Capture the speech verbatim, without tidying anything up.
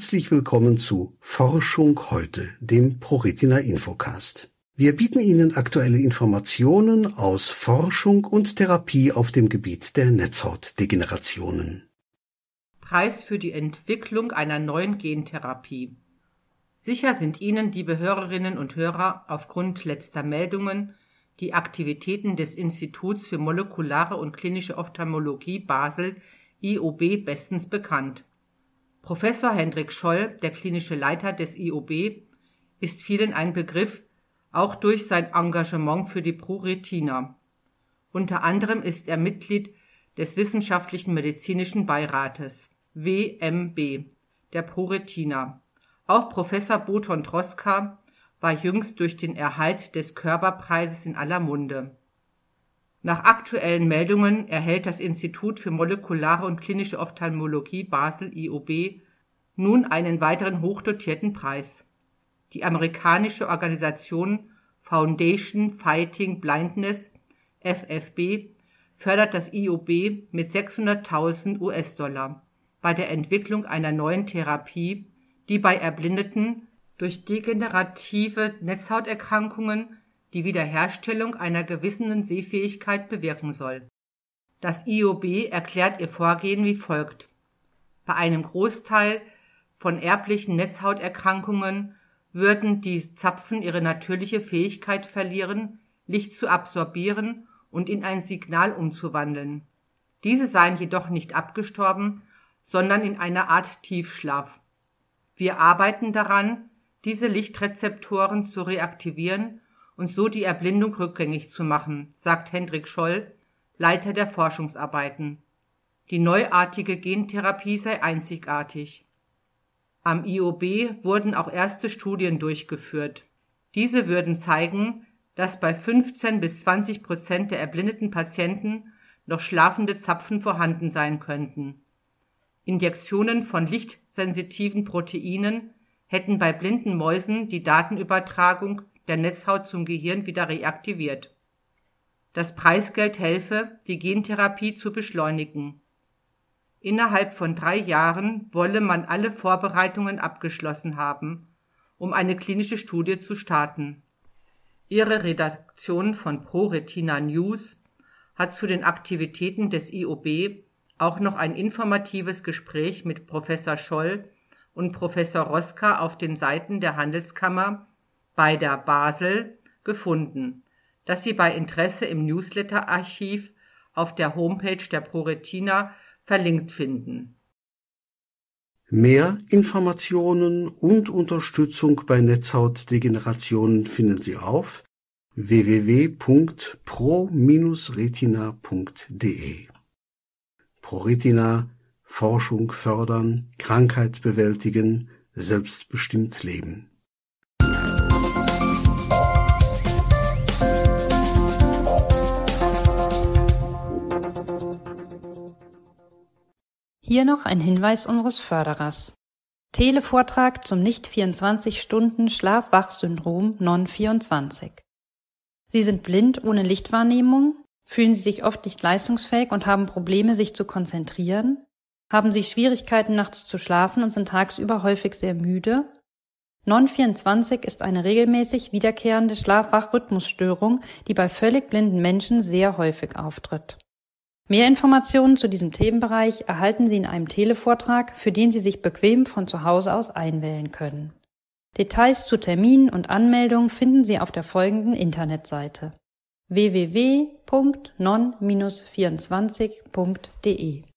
Herzlich willkommen zu Forschung heute, dem ProRetina Infocast. Wir bieten Ihnen aktuelle Informationen aus Forschung und Therapie auf dem Gebiet der Netzhautdegenerationen. Preis für die Entwicklung einer neuen Gentherapie. Sicher sind Ihnen, liebe Hörerinnen und Hörer, aufgrund letzter Meldungen die Aktivitäten des Instituts für molekulare und klinische Ophthalmologie Basel I O B bestens bekannt. Professor Hendrik Scholl, der klinische Leiter des I O B, ist vielen ein Begriff, auch durch sein Engagement für die ProRetina. Unter anderem ist er Mitglied des Wissenschaftlichen Medizinischen Beirates, W M B, der ProRetina. Auch Professor Boton Droska war jüngst durch den Erhalt des Körber-Preises in aller Munde. Nach aktuellen Meldungen erhält das Institut für molekulare und klinische Ophthalmologie Basel I O B nun einen weiteren hochdotierten Preis. Die amerikanische Organisation Foundation Fighting Blindness, F F B, fördert das I O B mit sechshunderttausend US-Dollar bei der Entwicklung einer neuen Therapie, die bei Erblindeten durch degenerative Netzhauterkrankungen die Wiederherstellung einer gewissen Sehfähigkeit bewirken soll. Das I O B erklärt ihr Vorgehen wie folgt. Bei einem Großteil von erblichen Netzhauterkrankungen würden die Zapfen ihre natürliche Fähigkeit verlieren, Licht zu absorbieren und in ein Signal umzuwandeln. Diese seien jedoch nicht abgestorben, sondern in einer Art Tiefschlaf. Wir arbeiten daran, diese Lichtrezeptoren zu reaktivieren und so die Erblindung rückgängig zu machen, sagt Hendrik Scholl, Leiter der Forschungsarbeiten. Die neuartige Gentherapie sei einzigartig. Am I O B wurden auch erste Studien durchgeführt. Diese würden zeigen, dass bei fünfzehn bis zwanzig Prozent der erblindeten Patienten noch schlafende Zapfen vorhanden sein könnten. Injektionen von lichtsensitiven Proteinen hätten bei blinden Mäusen die Datenübertragung der Netzhaut zum Gehirn wieder reaktiviert. Das Preisgeld helfe, die Gentherapie zu beschleunigen. Innerhalb von drei Jahren wolle man alle Vorbereitungen abgeschlossen haben, um eine klinische Studie zu starten. Ihre Redaktion von ProRetina News hat zu den Aktivitäten des I O B auch noch ein informatives Gespräch mit Professor Scholl und Professor Roska auf den Seiten der Handelskammer bei der Basel gefunden, das Sie bei Interesse im Newsletter-Archiv auf der Homepage der ProRetina verlinkt finden. Mehr Informationen und Unterstützung bei Netzhautdegenerationen finden Sie auf w w w punkt pro retina punkt d e. ProRetina, Forschung fördern, Krankheit bewältigen, selbstbestimmt leben. Hier noch ein Hinweis unseres Förderers. Televortrag zum nicht vierundzwanzig Stunden Schlaf-Wach-Syndrom N O N vierundzwanzig. Sie sind blind ohne Lichtwahrnehmung, fühlen Sie sich oft nicht leistungsfähig und haben Probleme, sich zu konzentrieren? Haben Sie Schwierigkeiten, nachts zu schlafen und sind tagsüber häufig sehr müde? N O N vierundzwanzig ist eine regelmäßig wiederkehrende Schlaf-Wach-Rhythmusstörung, die bei völlig blinden Menschen sehr häufig auftritt. Mehr Informationen zu diesem Themenbereich erhalten Sie in einem Televortrag, für den Sie sich bequem von zu Hause aus einwählen können. Details zu Terminen und Anmeldungen finden Sie auf der folgenden Internetseite w w w punkt non vierundzwanzig punkt d e.